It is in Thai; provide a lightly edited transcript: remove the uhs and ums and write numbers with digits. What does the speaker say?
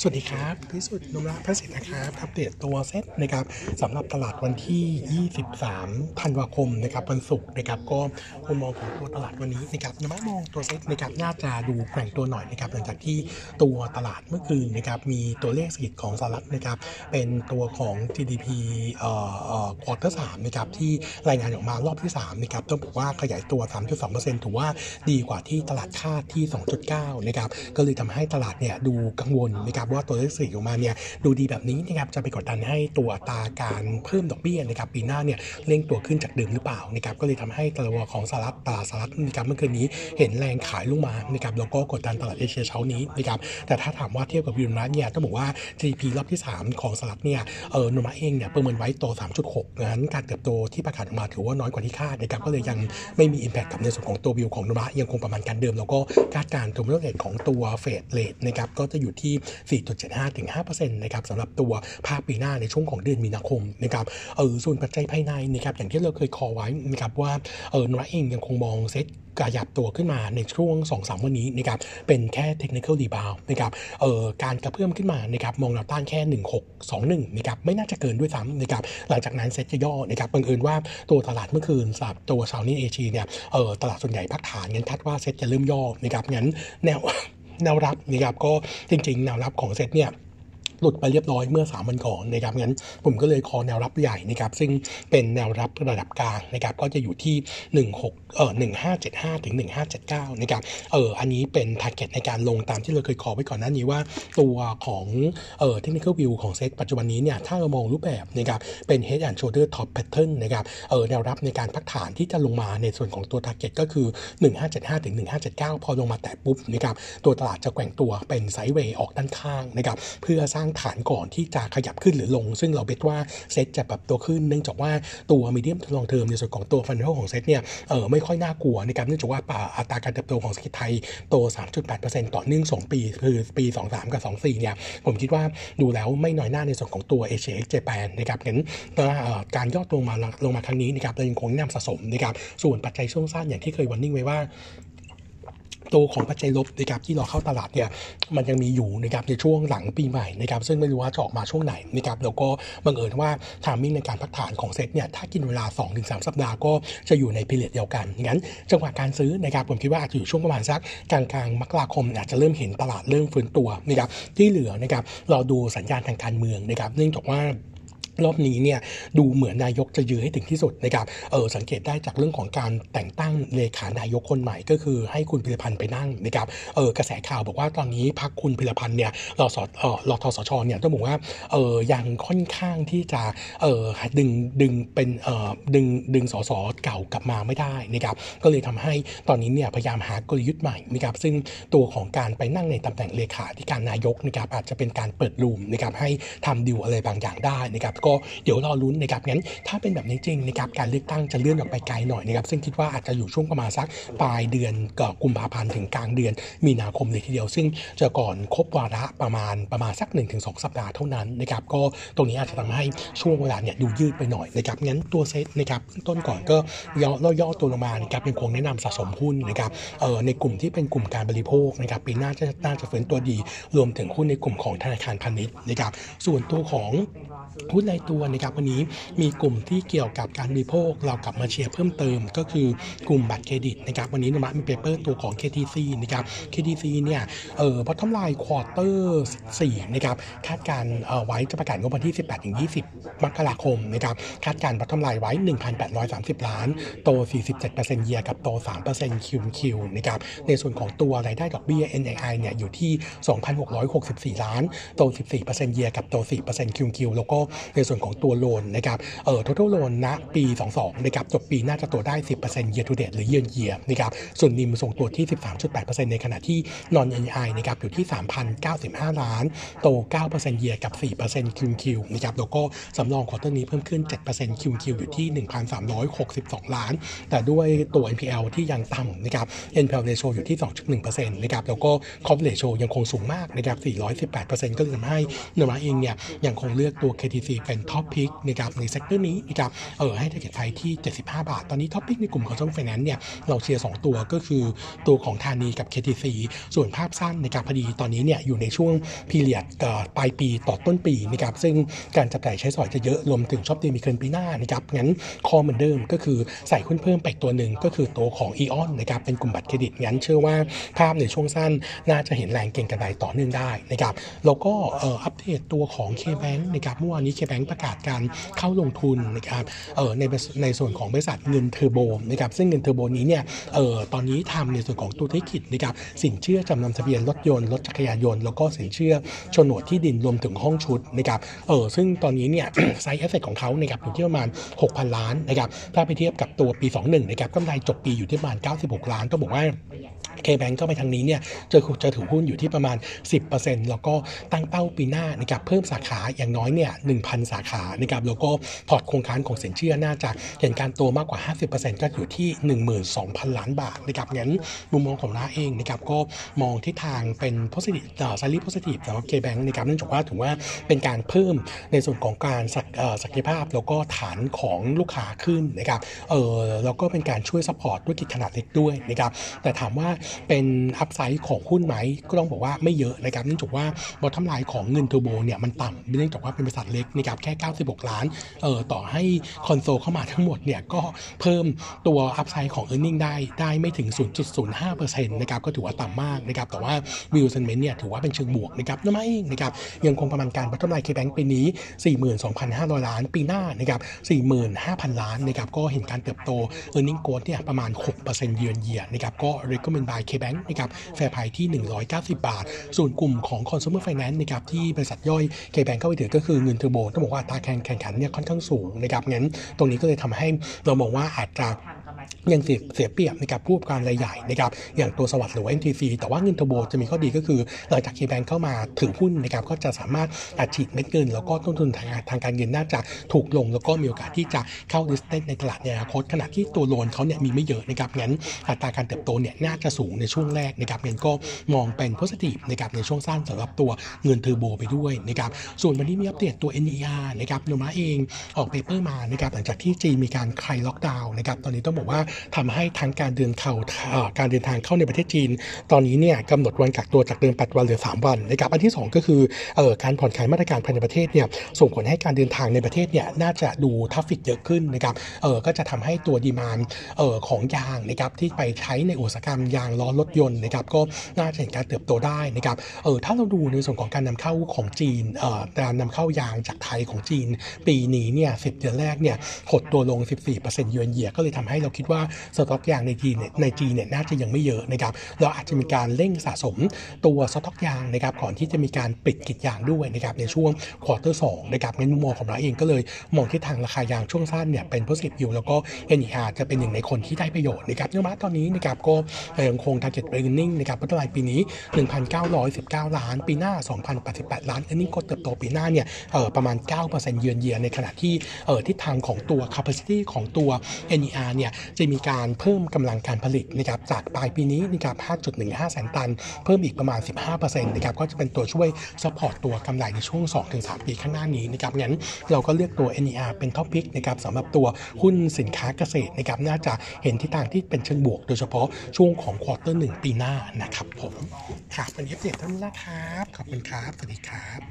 สวัสดีครับพิสุทธิ์นุมระพระสิทธิ์นะครับอัปเดตตัวเซ็ตนะครับสำหรับตลาดวันที่ 23 ธันวาคมนะครับวันศุกร์นะครับก็มุมมองของตัวตลาดวันนี้นะครับนุมระมองตัวเซ็ตนะครับน่าจะดูแกว่งตัวหน่อยนะครับหลังจากที่ตัวตลาดเมื่อคืนนะครับมีตัวเลขเศรษฐกิจของสหรัฐนะครับเป็นตัวของ GDP ควอเตอร์3นะครับที่รายงานออกมารอบที่3นะครับต้องบอกว่าขยายตัว 3.2% ถือว่าดีกว่าที่ตลาดคาดที่ 2.9 นะครับก็เลยทำให้ตลาดเนี่ยดูกังวลนะครับว่าตัวเลขเศรษฐกิจออกมาเนี่ยดูดีแบบนี้นะครับจะไปกดดันให้ตัวอัตราการเพิ่มดอกเบี้ยนะครับปีหน้าเนี่ยเร่งตัวขึ้นจากเดิมหรือเปล่านะครับก็เลยทำให้ตลาดของตลาดสหรัฐนะครับเมื่อคืนนี้เห็นแรงขายลงมานะครับแล้วก็กดดันตลาดเอเชียเช้านี้นะครับแต่ถ้าถามว่าเทียบกับยูโรเนี่ยต้องบอกว่า GDP รอบที่3ของสหรัฐเนี่ยโนมาเองเนี่ยประเมินไว้โต 3.6 งั้นการเติบโตที่ประกาศออกมาถือว่าน้อยกว่าที่คาดนะครับก็เลยยังไม่มี impact กับในส่วนของตัววิวของโนมายังคงประมาณการเดิมแล้วก็คาดการณ์ตัวเรื่องของตัวเฟดเรทนะครับก็จะอยู่ที่ 4.75 ถึง 5% นะครับสำหรับตัวภาคปีหน้าในช่วงของเดือนมีนาคมนะครับส่วนปัจจัยภายในนะครับอย่างที่เราเคยคอไว้นะครับว่าโนมาเองยังคงมองเซ็ตขยับตัวขึ้นมาในช่วง 2-3 วันนี้นะครับเป็นแค่ technical rebound นะครับการกระเพื่อมขึ้นมานะครับมองแนวต้านแค่ 1621 นะครับไม่น่าจะเกินด้วยซ้ำนะครับหลังจากนั้นเซ็ตจะย่อนะครับบังเอิญว่าตัวตลาดเมื่อคืนสำหรับตัวเช้านี้เอเชียเนี่ยตลาดส่วนใหญ่พักฐานงั้นคาดว่าเซ็ตจะเริ่มย่อนะครับงั้นแนวรับนะครับก็จริงๆแนวรับของเซ็ตเนี่ยหลุดไปเรียบร้อยเมื่อ3วันก่อนนะครับงั้นผมก็เลยคอแนวรับใหญ่นะครับซึ่งเป็นแนวรับระดับกลางนะครับก็จะอยู่ที่1575ถึง1579นะครับอันนี้เป็น target ในการลงตามที่เราเคยคอไว้ก่อนหน้านี้ว่าตัวของtechnical view ของเซตปัจจุบันนี้เนี่ยถ้าเรามองรูปแบบนะครับเป็น head and shoulder top pattern นะครับแนวรับในการพักฐานที่จะลงมาในส่วนของตัว target ก็คือ1575ถึง1579พอลงมาแตะปุ๊บนะครับตัวตลาดจะแกว่งตัวเป็นไซด์เวย์ออกด้านข้างนะครับเพื่อสร้างฐานก่อนที่จะขยับขึ้นหรือลงซึ่งเราเบสว่าเซตจะปรับตัวขึ้นเนื่องจากว่าตัว medium to long term ในส่วนของตัว fundamental ของเซตเนี่ยไม่ค่อยน่ากลัวนะครับเนื่องจากว่าอัตราการเติบโตของเศรษฐกิจไทยโต 3.8% ต่อเนื่อง2ปีคือปี 23 กับ 24 เนี่ยผมคิดว่าดูแล้วไม่น้อยหน้าในส่วนของตัว Asia X Japan นะครับงั้นการย่อตัวลงมาครั้งนี้นะครับเรายังคงแนะนำสะสมนะครับส่วนปัจจัยช่วงสั้นอย่างที่เคยwarningไว้ว่าตัวของปัจจัยลบนะครับที่เราเข้าตลาดเนี่ยมันยังมีอยู่นะครับในช่วงหลังปีใหม่นะครับซึ่งไม่รู้ว่าจะออกมาช่วงไหนนะครับแล้วก็บังเอิญว่าไทมิ่งในการพักฐานของเซ็ตเนี่ยถ้ากินเวลา 2-3 สัปดาห์ก็จะอยู่ในพีเรียดเดียวกันงั้นจังหวะการซื้อนะครับผมคิดว่าอาจจะอยู่ช่วงประมาณสักกลางมกราคมอาจจะเริ่มเห็นตลาดเริ่มฟื้นตัวนะครับที่เหลือนะครับเราดูสัญญาณทางการเมืองนะครับเนื่องจากว่ารอบนี้เนี่ยดูเหมือนนายกจะยื้อให้ถึงที่สุดนะครับสังเกตได้จากเรื่องของการแต่งตั้งเลขานายกคนใหม่ก็คือให้คุณพิรพันธ์ไปนั่งนะครับกระแสข่าวบอกว่าตอนนี้พรรคคุณพิรพันธ์เนี่ยรทสชเนี่ยต้องบอกว่ายังค่อนข้างที่จะดึงเป็นดึงสสเก่ากลับมาไม่ได้นะครับก็เลยทำให้ตอนนี้เนี่ยพยายามหากลยุทธ์ใหม่นะครับซึ่งตัวของการไปนั่งในตำแหน่งเลขาธิการนายกนะครับอาจจะเป็นการเปิดรูมนะครับให้ทำดีลอะไรบางอย่างได้นะครับก็เดี๋ยวรอลุ้นนะครับงั้นถ้าเป็นแบบนี้จริงนะครับการเลือกตั้งจะเลื่อนออกไปไกลหน่อยนะครับซึ่งคิดว่าอาจจะอยู่ช่วงประมาณสักปลายเดือนกุมภาพันธ์ถึงกลางเดือนมีนาคมเลยทีเดียวซึ่งจะก่อนครบวาระประมาณสัก 1-2 สัปดาห์เท่านั้นนะครับก็ตรงนี้อาจจะทำให้ช่วงเวลาเนี่ยดูยืดไปหน่อยนะครับงั้นตัวเซตนะครับต้นก่อนก็ย่อตัวลงมานะครับยังคงแนะนำสะสมหุ้นนะครับในกลุ่มที่เป็นกลุ่มการบริโภคนะครับปีหน้าน่าจะฟื้นตัวดีรวมถึงหุ้นในกลุ่มของธนาคารพาณิชย์นะครับส่วนตัวของหุ้นในตัวนะครับวันนี้มีกลุ่มที่เกี่ยวกับการบริโภคเรากลับมาเชียร์เพิ่มเติมก็คือกลุ่มบัตรเครดิตนะครับวันนี้นมัมีเปเปอร์ตัวของ KTC นะครับ KTC เนี่ยbottom line quarter 4นะครับคาดการไว้จะประกาศงบวันที่ 18-20 มกราคมนะครับคาดการ bottom line ไว้ 1,830 ล้านโต 47% year กับโต 3% QQ นะครับในส่วนของตัวรายได้ดอกเบี้ย NII เนี่ยอยู่ที่ 2,664 ล้านโต 14% year กับโต 4% QQ แล้วก็ในส่วนของตัวโลนนะครับtotal loan ณปี 22นะครับจบปีน่าจะโตได้ 10% year to date หรือ year year นะครับส่วนนิมส่งตัวที่ 13.8% ในขณะที่ non NII นะครับอยู่ที่ 3,095 ล้านโต 9% year กับ 4% QQ นะครับแล้วก็สำรองควอเตอร์นี้เพิ่มขึ้น 7% QQ อยู่ที่ 1,362 ล้านแต่ด้วยตัว NPL ที่ยังต่ำนะครับ NPL ratio อยู่ที่ 2.1% นะครับแล้วก็ coverage ratio ยังคงสูงมากนะครับ 418% ก็เลยทำให้นมาเองเนี่ยยังคงเลือกตัว KTC ไปเป็นท็อปพิกนะครับในเซกเตอร์นี้นะครับให้ target price ที่75 บาทตอนนี้ท็อปพิกในกลุ่มของ Consumer Finance เนี่ยเราเชียร์2ตัวก็คือตัวของธานีกับ KTC ส่วนภาพสั้นนะครับพอดีตอนนี้เนี่ยอยู่ในช่วงพีเรียดปลายปีต่อต้นปีนะครับซึ่งการจับจ่ายใช้สอยจะเยอะรวมถึงช็อปดีมีเกินปีหน้านะครับงั้นคอเหมือนเดิมก็คือใส่หุ้นเพิ่มไปตัวหนึ่งก็คือตัวของ Aeon นะครับเป็นกลุ่มบัตรเครดิตงั้นเชื่อว่าภาพในช่วงสั้นน่าจะเห็นแรงเก็งกำไรต่อเนื่องได้นะครับแล้วก็อัปเดตตัวของ KBank นะครับเมื่อวานนี้ KBank ประกาศการเข้าลงทุนนะครับในส่วนของบริษัทเงินเทอร์โบนะครับซึ่งเงินเทอร์โบนี้เนี่ยตอนนี้ทำในส่วนของตัวธุรกิจนะครับสินเชื่อจำนำทะเบียนรถยนต์รถจักรยานยนต์แล้วก็สินเชื่อโฉนดที่ดินรวมถึงห้องชุดนะครับซึ่งตอนนี้เนี่ย ไซส์แอสเซทของเขานะครับอยู่ที่ประมาณ 6,000 ล้านนะครับถ้าไปเทียบกับตัวปี 21นะครับกำไรจบปีอยู่ที่ประมาณ96 ล้านก็บอกว่าKBank ก็ไปทางนี้เนี่ยจะถือหุ้นอยู่ที่ประมาณ 10% แล้วก็ตั้งเป้าปีหน้านะครับเพิ่มสาขาอย่างน้อยเนี่ย 1,000 สาขานะครับแล้วก็พอร์ตโครงการของสินเชื่อน่าจะเห็นการโตมากกว่า 50% ก็อยู่ที่ 12,000 ล้านบาทนะครับงั้นมุมมองของน้าเองนะครับก็มองทิศทางเป็น positive slightly positive สำหรับ KBank นะครับเนื่องจากว่าถือว่าเป็นการเพิ่มในส่วนของการศักยภาพแล้วก็ฐานของลูกค้าขึ้นนะครับแล้วก็เป็นการช่วยซัพพอร์ตธุรกิจขนาดเล็กด้วยนะครับแต่ถามว่าเป็นอัพไซด์ของหุ้นไหมก็ต้องบอกว่าไม่เยอะนะครับเนื่องจากว่าบอททอมไลน์ของเงินเทอร์โบเนี่ยมันต่ำเนื่องจากว่าเป็นบริษัทเล็กนะครับแค่96 ล้านต่อให้คอนโซลเข้ามาทั้งหมดเนี่ยก็เพิ่มตัวอัพไซด์ของ earning ได้ไม่ถึง 0.05% นะครับก็ถือว่าต่ำมากนะครับแต่ว่า view sentiment เนี่ยถือว่าเป็นเชิงบวกนะครับนั่นเองนะครับยังคงประมาณการบอททอมไลน์ KBank ปีนี้ 42,500 ล้านปีหน้านะครับ 45,000 ล้านนะครับก็เห็นการเติบโต earning growth เนี่ยประมาณ 6% year-on-year นะครับก็ recommend buy KBank นะครับ fair price ที่190 บาทส่วนกลุ่มของ Consumer Finance นะครับที่บริษัทย่อย KBank เข้าไปถือก็คือเงินเทอร์โบต้องบอกว่าอัตราแข่งขันเนี่ยค่อนข้างสูงนะครับงั้นตรงนี้ก็เลยทำให้เรามองว่าอาจจะยังเสียเปรียบนะครับผู้ประกอบการรายใหญ่นะครับอย่างตัวสวัสดิ์หรือว่า MTC แต่ว่าเงินเทอร์โบจะมีข้อดีก็คือหลังจาก KBank เข้ามาถือหุ้นนะครับก็จะสามารถอัดฉีดเม็ดเงินแล้วก็ต้นทุนทางการเงินน่าจะถูกลงแล้วก็มีโอกาสที่จะเข้า listed ในตลาดในอนาคตขณะที่ตัวโลนเขาเนี่ยมีไม่เยอะนะครับงั้นอัตราการเติบโตเนี่ยน่าจะสูงในช่วงแรกนะครับงั้นก็มองเป็น positive นะครับในช่วงสั้นสำหรับตัวเงินเทอร์โบไปด้วยนะครับส่วนวันนี้มีอัปเดตตัว NER นะครับโนมาเองออกเปเปอร์มานะครับหลังจากที่จีนมีการคลายล็อกดาวน์นะครับตอนนี้ต้องบอกว่าทำให้ทั้งการเดินทางเข้าในประเทศจีนตอนนี้เนี่ยกำหนดวันกักตัวจากเดิม8 วันเหลือ3 วันนะครับอันที่2ก็คือการผ่อนคลายมาตรการภายในประเทศเนี่ยส่งผลให้การเดินทางในประเทศเนี่ยน่าจะดูทราฟฟิกเยอะขึ้นนะครับก็จะทำให้ตัวดีมานด์ของยางนะครับที่ไปใช้ในอุตสาหกรรมยางล้อรถยนต์นะครับก็น่าจะเห็นการเติบโตได้นะครับถ้าเราดูในส่วนของการนำเข้าของจีนการนำเข้ายางจากไทยของจีนปีนี้เนี่ย10 เดือนแรกเนี่ยหดตัวลง 14% year-on-year ก็เลยทำให้เราคิดว่าสต็อกยางในจีนเนี่ยน่าจะยังไม่เยอะนะครับเราอาจจะมีการเร่งสะสมตัวสต็อกยางนะครับก่อนที่จะมีการปิดกรีดยางด้วยนะครับในช่วงควอเตอร์2นะครับในมุมมองของเราเองก็เลยมองทิศทางราคายางช่วงสั้นเนี่ยเป็น positive อยู่แล้วก็ NER จะเป็นหนึ่งในคนที่ได้ประโยชน์นะครับเนื่องจากตอนนี้นะครับก็ยังคง target earning นะครับพัฒนาปีนี้ 1,919 ล้านปีหน้า 2,088 ล้าน earning ก็เติบโตปีหน้าเนี่ยประมาณ 9% year-on-year ในขณะที่ทิศทางของตัว capacity ของตัว NER เนี่ยจะมีการเพิ่มกำลังการผลิตนะครับจากปลายปีนี้นะครับ 5.15 แสนตันเพิ่มอีกประมาณ 15% นะครับก็จะเป็นตัวช่วยซัพพอร์ตตัวกำไรในช่วง 2-3 ปีข้างหน้านี้นะครับงั้นเราก็เลือกตัว NER เป็นท็อปพิกนะครับสำหรับตัวหุ้นสินค้าเกษตรนะครับน่าจะเห็นทิศทางที่เป็นเชิงบวกโดยเฉพาะช่วงของควอเตอร์1ปีหน้านะครับผมครับวันนี้อัปเดตเท่านี้นะครับขอบคุณครับสวัสดีครับ